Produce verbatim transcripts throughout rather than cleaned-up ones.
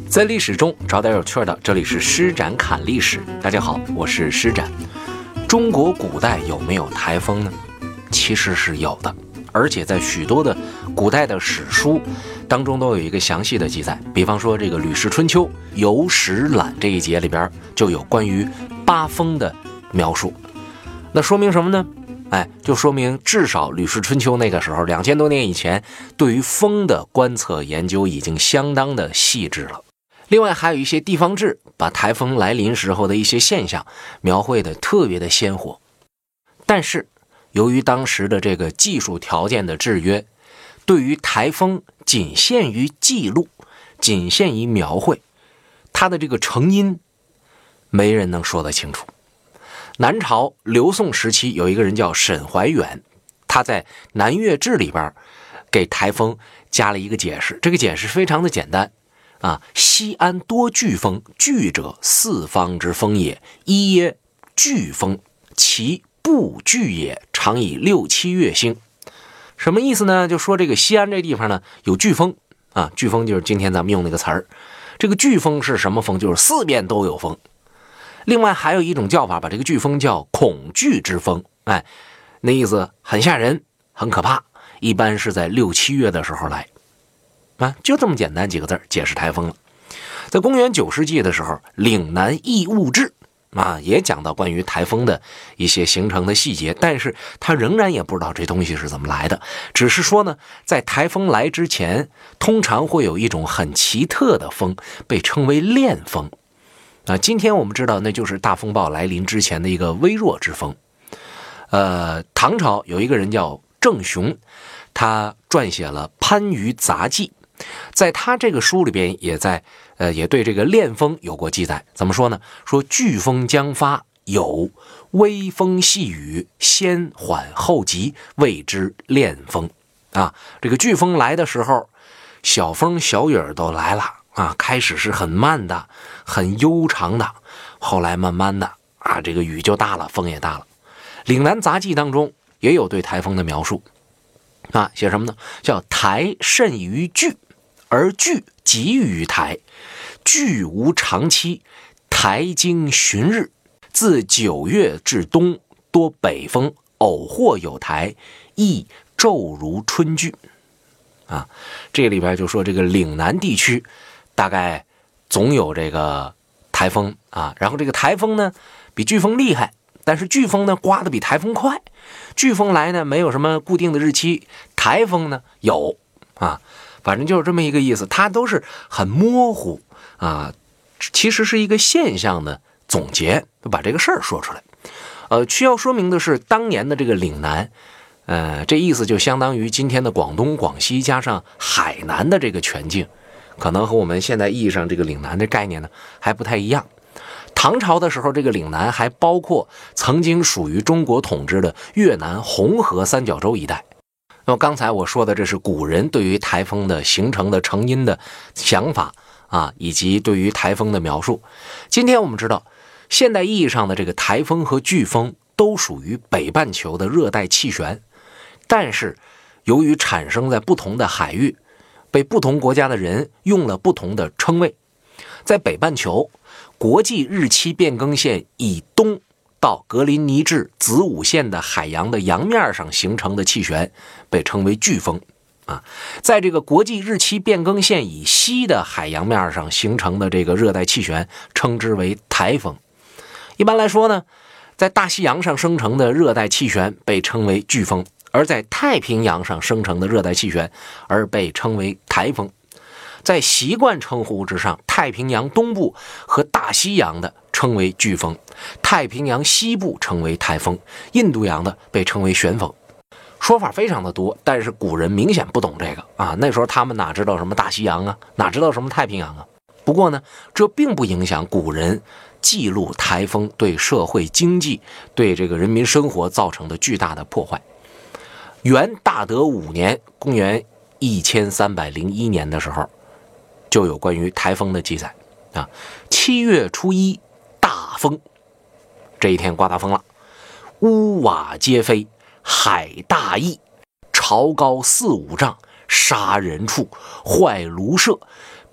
在历史中找点有趣的，这里是施展侃历史。大家好，我是施展。中国古代有没有台风呢？其实是有的，而且在许多的古代的史书当中都有一个详细的记载。比方说这个《吕氏春秋·游史览》这一节里边就有关于八风的描述。那说明什么呢？哎，就说明至少《吕氏春秋》那个时候两千多年以前，对于风的观测研究已经相当的细致了。另外还有一些地方志把台风来临时候的一些现象描绘的特别的鲜活。但是由于当时的这个技术条件的制约，对于台风仅限于记录，仅限于描绘，它的这个成因没人能说得清楚。南朝刘宋时期有一个人叫沈怀远，他在《南岳志》里边给台风加了一个解释，这个解释非常的简单啊，西安多飓风，飓者四方之风也，一曰飓风，其不飓也，常以六七月兴。什么意思呢？就说这个西安这地方呢有飓风啊，飓风就是今天咱们用那个词儿。这个飓风是什么风？就是四面都有风。另外还有一种叫法，把这个飓风叫恐惧之风，哎，那意思很吓人，很可怕，一般是在六七月的时候来。啊，就这么简单几个字解释台风了。在公元九世纪的时候，《岭南异物志》啊也讲到关于台风的一些形成的细节，但是他仍然也不知道这东西是怎么来的，只是说呢，在台风来之前，通常会有一种很奇特的风，被称为恋风。啊，今天我们知道那就是大风暴来临之前的一个微弱之风。呃，唐朝有一个人叫郑雄，他撰写了《番禺杂记》。在他这个书里边也在呃也对这个恋风有过记载。怎么说呢？说飓风将发，有微风细雨，先缓后急，谓之恋风。啊，这个飓风来的时候，小风小雨都来了啊，开始是很慢的，很悠长的，后来慢慢的啊，这个雨就大了，风也大了。岭南杂记当中也有对台风的描述啊，写什么呢？叫台甚于飓，而飓急于台，飓无长期，台经旬日，自九月至冬，多北风，偶或有台，亦骤如春飓。啊，这里边就说这个岭南地区大概总有这个台风啊，然后这个台风呢比飓风厉害，但是飓风呢刮得比台风快。飓风来呢没有什么固定的日期，台风呢有啊，反正就是这么一个意思，它都是很模糊啊，其实是一个现象的总结，就把这个事儿说出来。呃，需要说明的是，当年的这个岭南，呃，这意思就相当于今天的广东、广西加上海南的这个全境，可能和我们现在意义上这个岭南的概念呢还不太一样。唐朝的时候，这个岭南还包括曾经属于中国统治的越南红河三角洲一带。那么刚才我说的，这是古人对于台风的形成的成因的想法啊，以及对于台风的描述。今天我们知道，现代意义上的这个台风和飓风都属于北半球的热带气旋，但是由于产生在不同的海域，被不同国家的人用了不同的称谓。在北半球，国际日期变更线以东到格林尼治子午线的海洋的洋面上形成的气旋被称为飓风啊，在这个国际日期变更线以西的海洋面上形成的这个热带气旋称之为台风。一般来说呢，在大西洋上生成的热带气旋被称为飓风，而在太平洋上生成的热带气旋而被称为台风。在习惯称呼之上，太平洋东部和大西洋的称为飓风，太平洋西部称为台风，印度洋的被称为旋风。说法非常的多，但是古人明显不懂这个啊，那时候他们哪知道什么大西洋啊，哪知道什么太平洋啊。不过呢，这并不影响古人记录台风对社会经济、对这个人民生活造成的巨大的破坏。元大德五年，公元一千三百零一年的时候，就有关于台风的记载啊。七月初一，大风，这一天刮大风了，屋瓦皆飞，海大溢，潮高四五丈，杀人畜，坏庐舍，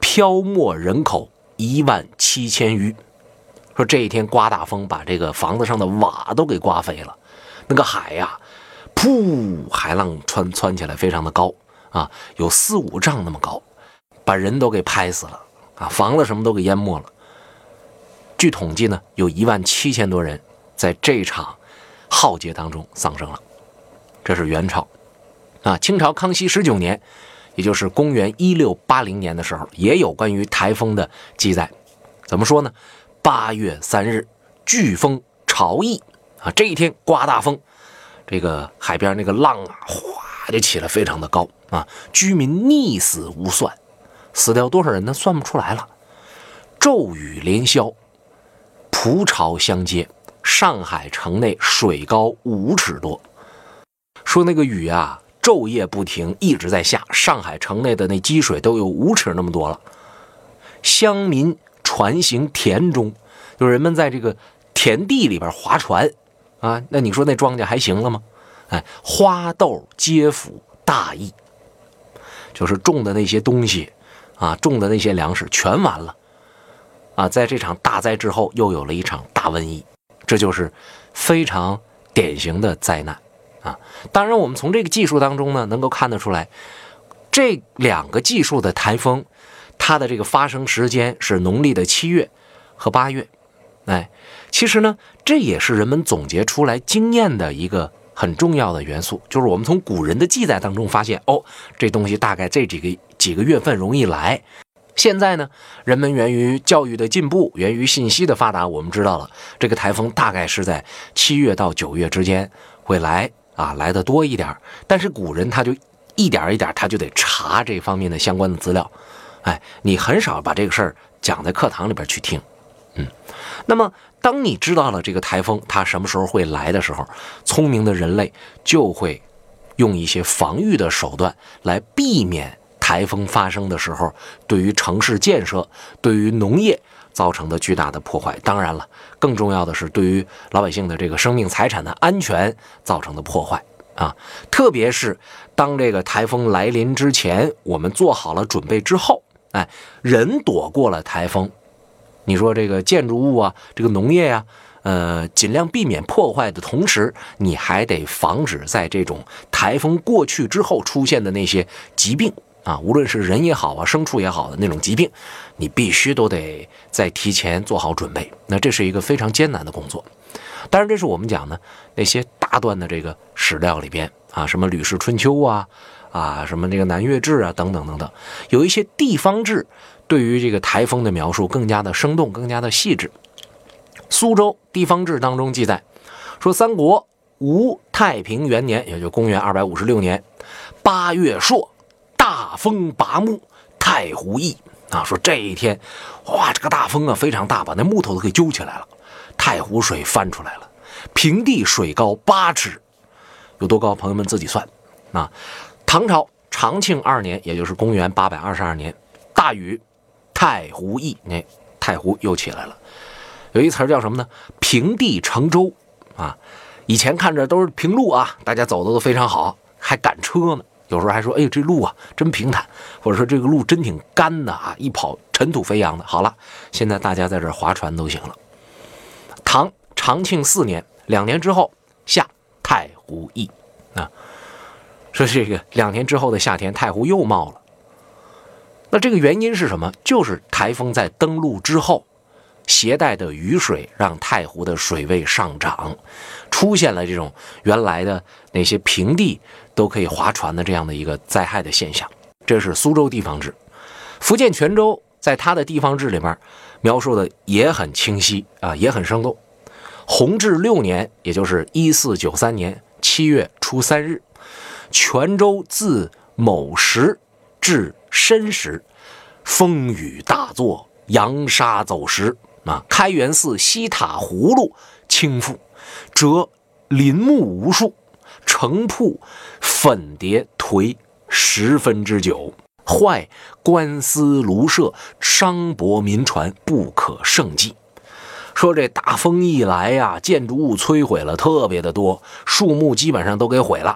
漂没人口一万七千余。说这一天刮大风，把这个房子上的瓦都给刮飞了。那个海呀、啊，噗，海浪窜窜起来，非常的高啊，有四五丈那么高，把人都给拍死了啊，房子什么都给淹没了。据统计呢，有一万七千多人在这场浩劫当中丧生了。这是元朝啊，清朝康熙十九年，也就是公元一六八零年的时候，也有关于台风的记载。怎么说呢？八月三日，飓风潮议啊，这一天刮大风，这个海边那个浪啊，哗就起来，非常的高啊，居民溺死无算，死掉多少人呢？算不出来了。骤雨连宵，蒲潮相接，上海城内水高五尺多。说那个雨啊，昼夜不停，一直在下，上海城内的那积水都有五尺那么多了。乡民船行田中，就是人们在这个田地里边划船啊，那你说那庄稼还行了吗？哎，花豆皆腐大疫，就是种的那些东西啊，种的那些粮食全完了啊！在这场大灾之后，又有了一场大瘟疫，这就是非常典型的灾难啊！当然，我们从这个技术当中呢，能够看得出来，这两个技术的台风，它的这个发生时间是农历的七月和八月。哎，其实呢，这也是人们总结出来经验的一个很重要的元素，就是我们从古人的记载当中发现，哦，这东西大概这几个几个月份容易来。现在呢，人们源于教育的进步，源于信息的发达，我们知道了这个台风大概是在七月到九月之间会来啊，来得多一点。但是古人他就一点一点，他就得查这方面的相关的资料。哎，你很少把这个事儿讲在课堂里边去听。嗯，那么当你知道了这个台风它什么时候会来的时候，聪明的人类就会用一些防御的手段来避免台风发生的时候对于城市建设、对于农业造成的巨大的破坏。当然了，更重要的是对于老百姓的这个生命财产的安全造成的破坏啊。特别是当这个台风来临之前，我们做好了准备之后，哎，人躲过了台风，你说这个建筑物啊，这个农业呀、啊，呃，尽量避免破坏的同时，你还得防止在这种台风过去之后出现的那些疾病啊，无论是人也好啊，牲畜也好的那种疾病，你必须都得在提前做好准备。那这是一个非常艰难的工作。当然，这是我们讲呢那些大段的这个史料里边啊，什么《吕氏春秋》啊，啊，什么这个《南越志》啊，等等等等，有一些地方志对于这个台风的描述更加的生动，更加的细致。苏州地方志当中记载说，三国吴太平元年，也就公元二百五十六年八月朔，大风拔木，太湖溢啊，说这一天，哇，这个大风啊非常大，把那木头都给揪起来了，太湖水翻出来了，平地水高八尺，有多高？朋友们自己算啊。唐朝长庆二年，也就是公元八百二十二年，大雨，太湖溢，那太湖又起来了。有一词叫什么呢？平地成舟啊！以前看着都是平路啊，大家走的都非常好，还赶车呢。有时候还说，哎，这路啊真平坦，或者说这个路真挺干的啊，一跑尘土飞扬的。好了，现在大家在这儿划船都行了。唐长庆四年，两年之后，夏太湖溢啊，说这个两年之后的夏天，太湖又冒了。那这个原因是什么？就是台风在登陆之后携带的雨水让太湖的水位上涨，出现了这种原来的那些平地都可以划船的这样的一个灾害的现象。这是苏州地方志。福建泉州在他的地方志里面描述的也很清晰啊，也很生动。弘治六年，也就是一四九三年七月初三日，泉州自某时至申时，风雨大作，扬沙走石啊！开元寺西塔葫芦倾覆，折林木无数，城铺粉叠颓十分之九，坏官司庐舍，商博民船，不可胜计。说这大风一来呀、啊，建筑物摧毁了特别的多，树木基本上都给毁了，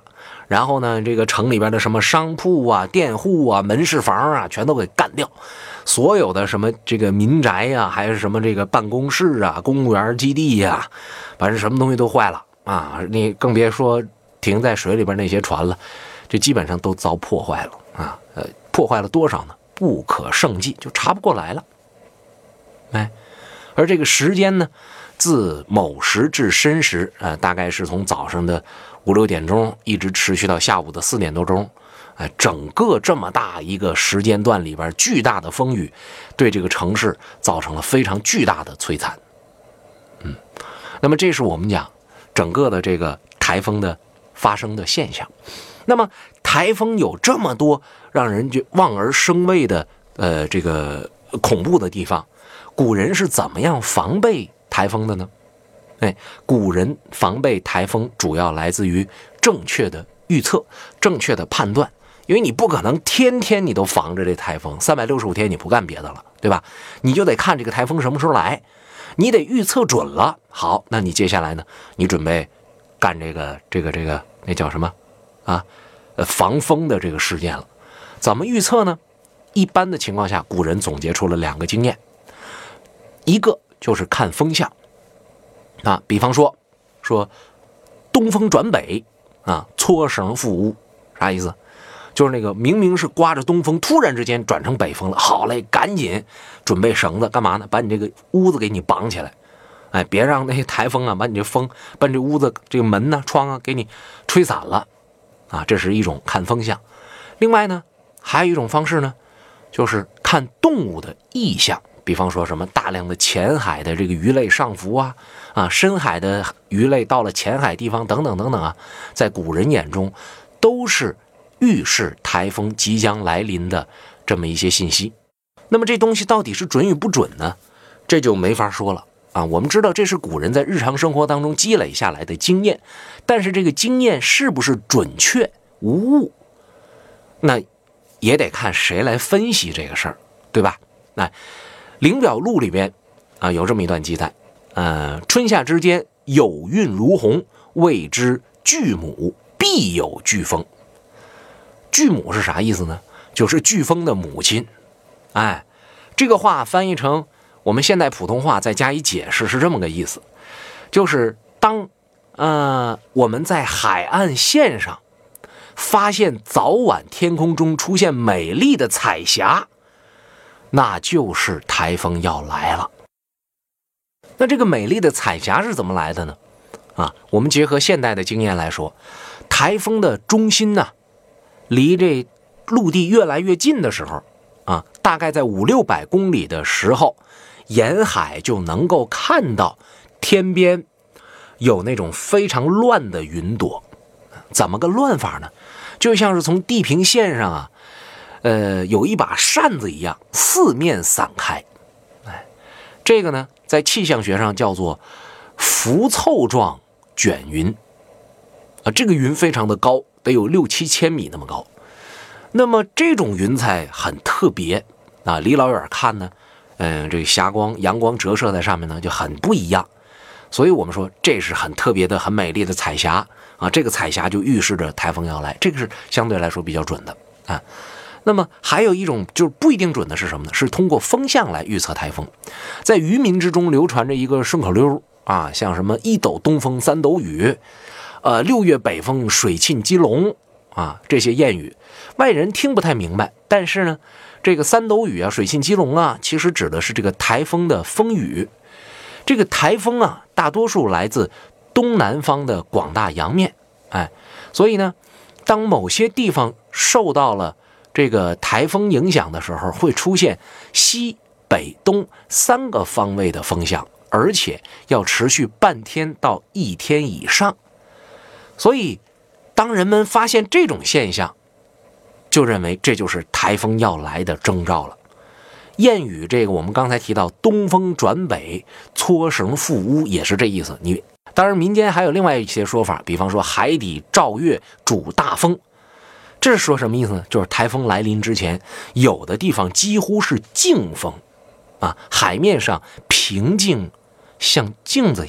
然后呢，这个城里边的什么商铺啊、店户啊、门市房啊，全都给干掉。所有的什么这个民宅呀、啊，还是什么这个办公室啊、公务员基地呀、啊，反正什么东西都坏了啊！你更别说停在水里边那些船了，这基本上都遭破坏了啊！呃，破坏了多少呢？不可胜计，就查不过来了。哎，而这个时间呢，自卯时至申时，呃，大概是从早上的五六点钟一直持续到下午的四点多钟。哎，整个这么大一个时间段里边，巨大的风雨对这个城市造成了非常巨大的摧残。嗯，那么这是我们讲整个的这个台风的发生的现象。那么台风有这么多让人就望而生畏的呃这个恐怖的地方，古人是怎么样防备台风的呢？哎，古人防备台风主要来自于正确的预测、正确的判断。因为你不可能天天你都防着这台风，三百六十五天你不干别的了，对吧？你就得看这个台风什么时候来，你得预测准了。好，那你接下来呢？你准备干这个这个这个那叫什么啊？呃，防风的这个事件了。怎么预测呢？一般的情况下，古人总结出了两个经验，一个就是看风向啊，比方说说东风转北啊，搓绳附屋，啥意思？就是那个明明是刮着东风，突然之间转成北风了，好嘞，赶紧准备绳子干嘛呢？把你这个屋子给你绑起来，哎，别让那些台风啊把你这风把你这屋子这个门呢窗啊给你吹散了啊，这是一种看风向。另外呢，还有一种方式呢，就是看动物的意象，比方说什么大量的浅海的这个鱼类上浮啊，啊，深海的鱼类到了浅海地方等等等等啊，在古人眼中都是预示台风即将来临的这么一些信息。那么这东西到底是准与不准呢？这就没法说了啊。我们知道这是古人在日常生活当中积累下来的经验，但是这个经验是不是准确无误，那也得看谁来分析这个事儿，对吧？那《灵表录》里边啊有这么一段记载，呃，春夏之间有运如虹，谓之巨母，必有飓风。巨母是啥意思呢？就是飓风的母亲。哎，这个话翻译成我们现代普通话再加以解释是这么个意思，就是当呃我们在海岸线上发现早晚天空中出现美丽的彩霞，那就是台风要来了。那这个美丽的彩霞是怎么来的呢？啊，我们结合现代的经验来说，台风的中心呢，离这陆地越来越近的时候啊，大概在五六百公里的时候，沿海就能够看到天边有那种非常乱的云朵。怎么个乱法呢？就像是从地平线上啊，呃，有一把扇子一样四面散开。哎，这个呢，在气象学上叫做浮凑状卷云啊，这个云非常的高，得有六七千米那么高。那么这种云彩很特别啊，离老远看呢，嗯、呃，这个霞光、阳光折射在上面呢，就很不一样。所以我们说这是很特别的、很美丽的彩霞啊，这个彩霞就预示着台风要来，这个是相对来说比较准的啊。那么还有一种就是不一定准的是什么呢？是通过风向来预测台风。在渔民之中流传着一个顺口溜啊，像什么一斗东风三斗雨，呃，六月北风水沁鸡笼啊，这些谚语，外人听不太明白。但是呢，这个三斗雨啊、水沁鸡笼啊，其实指的是这个台风的风雨。这个台风啊，大多数来自东南方的广大洋面，哎，所以呢，当某些地方受到了这个台风影响的时候，会出现西北东三个方位的风向，而且要持续半天到一天以上。所以当人们发现这种现象，就认为这就是台风要来的征兆了。谚语这个我们刚才提到东风转北搓绳附屋，也是这意思。你当然民间还有另外一些说法，比方说海底照月主大风，这是说什么意思呢？就是台风来临之前，有的地方几乎是静风啊，海面上平静像镜子一样，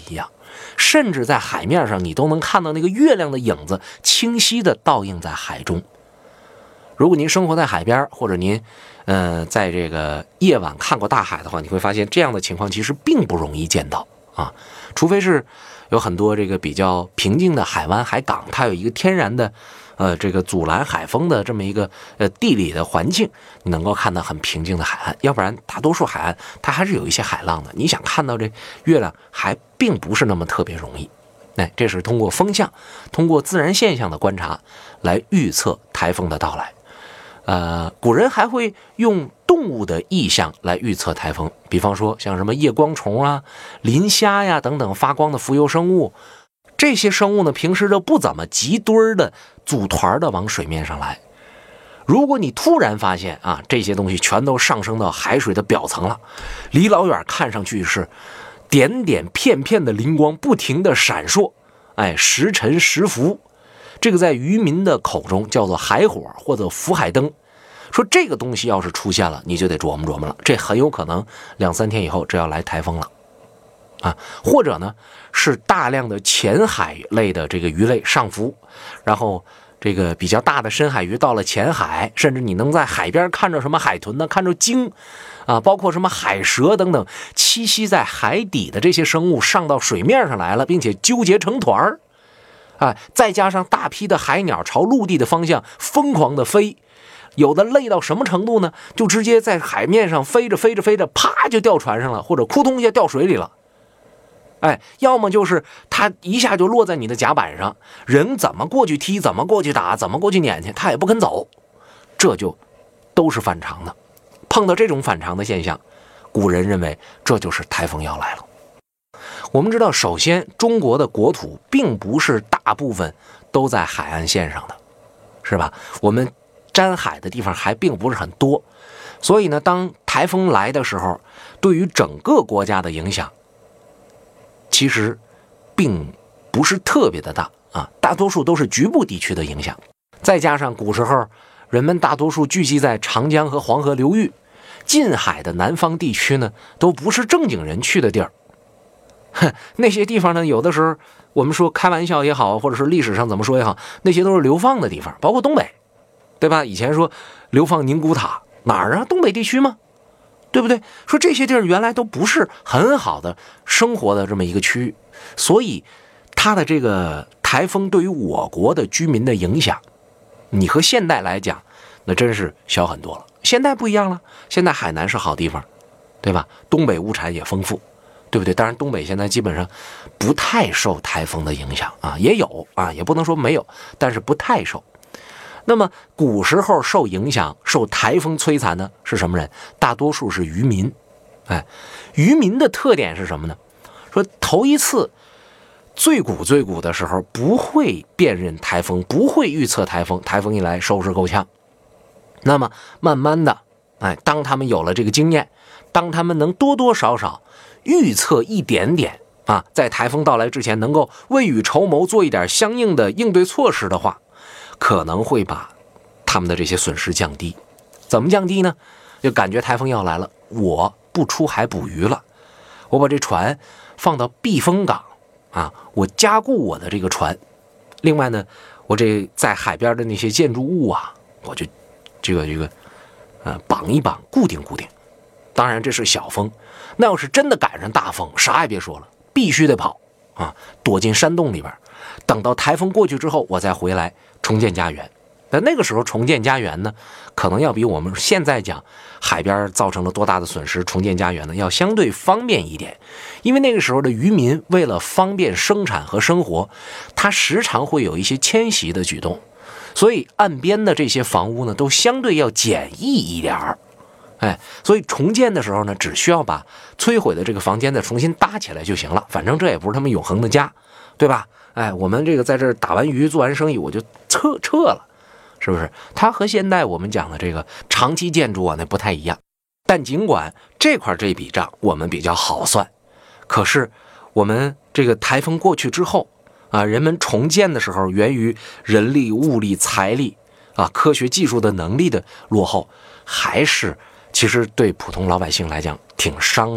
甚至在海面上你都能看到那个月亮的影子清晰地倒映在海中。如果您生活在海边，或者您呃在这个夜晚看过大海的话，你会发现这样的情况其实并不容易见到啊，除非是有很多这个比较平静的海湾海港，它有一个天然的呃这个阻拦海风的这么一个呃地理的环境，你能够看到很平静的海岸，要不然大多数海岸它还是有一些海浪的，你想看到这月亮还并不是那么特别容易。哎，这是通过风向，通过自然现象的观察来预测台风的到来。呃，古人还会用动物的意象来预测台风，比方说像什么夜光虫啊、磷虾呀等等发光的浮游生物。这些生物呢，平时都不怎么集堆的、组团的往水面上来。如果你突然发现啊，这些东西全都上升到海水的表层了，离老远看上去是点点片片的灵光不停的闪烁，哎，时沉时浮。这个在渔民的口中叫做海火或者浮海灯。说这个东西要是出现了，你就得琢磨琢磨了，这很有可能两三天以后这要来台风了啊，或者呢是大量的浅海类的这个鱼类上浮，然后这个比较大的深海鱼到了浅海，甚至你能在海边看着什么海豚呢，看着鲸啊，包括什么海蛇等等栖息在海底的这些生物上到水面上来了，并且纠结成团儿啊，再加上大批的海鸟朝陆地的方向疯狂的飞，有的累到什么程度呢？就直接在海面上飞着飞着飞着，啪就掉船上了，或者扑通一下掉水里了。哎，要么就是它一下就落在你的甲板上，人怎么过去踢，怎么过去打，怎么过去撵去，它也不肯走，这就都是反常的。碰到这种反常的现象，古人认为这就是台风要来了。我们知道，首先中国的国土并不是大部分都在海岸线上的，是吧？我们沾海的地方还并不是很多，所以呢，当台风来的时候，对于整个国家的影响其实并不是特别的大啊，大多数都是局部地区的影响。再加上古时候人们大多数聚集在长江和黄河流域，近海的南方地区呢，都不是正经人去的地儿。那些地方呢，有的时候我们说开玩笑也好，或者是历史上怎么说也好，那些都是流放的地方，包括东北，对吧？以前说流放宁古塔，哪儿啊？东北地区吗？对不对？说这些地儿原来都不是很好的生活的这么一个区域，所以它的这个台风对于我国的居民的影响，你和现代来讲，那真是小很多了。现在不一样了，现在海南是好地方，对吧？东北物产也丰富，对不对？当然东北现在基本上不太受台风的影响啊，也有啊，也不能说没有，但是不太受。那么古时候受影响受台风摧残的是什么人？大多数是渔民。哎，渔民的特点是什么呢？说头一次最古最古的时候不会辨认台风，不会预测台风，台风一来收拾够呛。那么慢慢的，哎，当他们有了这个经验，当他们能多多少少预测一点点啊，在台风到来之前能够未雨绸缪，做一点相应的应对措施的话，可能会把他们的这些损失降低。怎么降低呢？就感觉台风要来了，我不出海捕鱼了，我把这船放到避风港啊，我加固我的这个船。另外呢，我这在海边的那些建筑物啊，我就这个这个呃绑一绑，固定固定。当然这是小风，那要是真的赶上大风，啥也别说了，必须得跑啊，躲进山洞里边，等到台风过去之后，我再回来重建家园。但那个时候重建家园呢，可能要比我们现在讲海边造成了多大的损失，重建家园呢要相对方便一点。因为那个时候的渔民为了方便生产和生活，他时常会有一些迁徙的举动，所以岸边的这些房屋呢都相对要简易一点儿。哎，所以重建的时候呢，只需要把摧毁的这个房间再重新搭起来就行了，反正这也不是他们永恒的家，对吧？哎，我们这个在这儿打完鱼做完生意我就撤撤了，是不是？它和现代我们讲的这个长期建筑啊那不太一样。但尽管这块这笔账我们比较好算，可是我们这个台风过去之后啊，人们重建的时候，源于人力、物力、财力啊，科学技术的能力的落后，还是其实对普通老百姓来讲挺伤的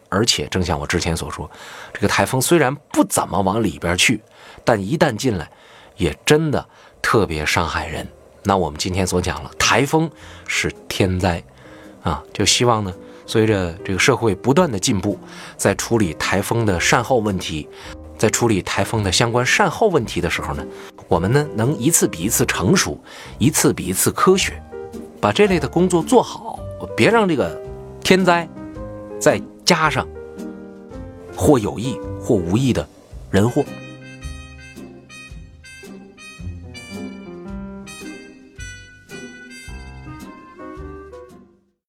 而且正像我之前所说，这个台风虽然不怎么往里边去，但一旦进来也真的特别伤害人。那我们今天所讲了，台风是天灾啊，就希望呢随着这个社会不断的进步，在处理台风的善后问题，在处理台风的相关善后问题的时候呢，我们呢能一次比一次成熟，一次比一次科学，把这类的工作做好，别让这个天灾再加上或有意或无意的人祸。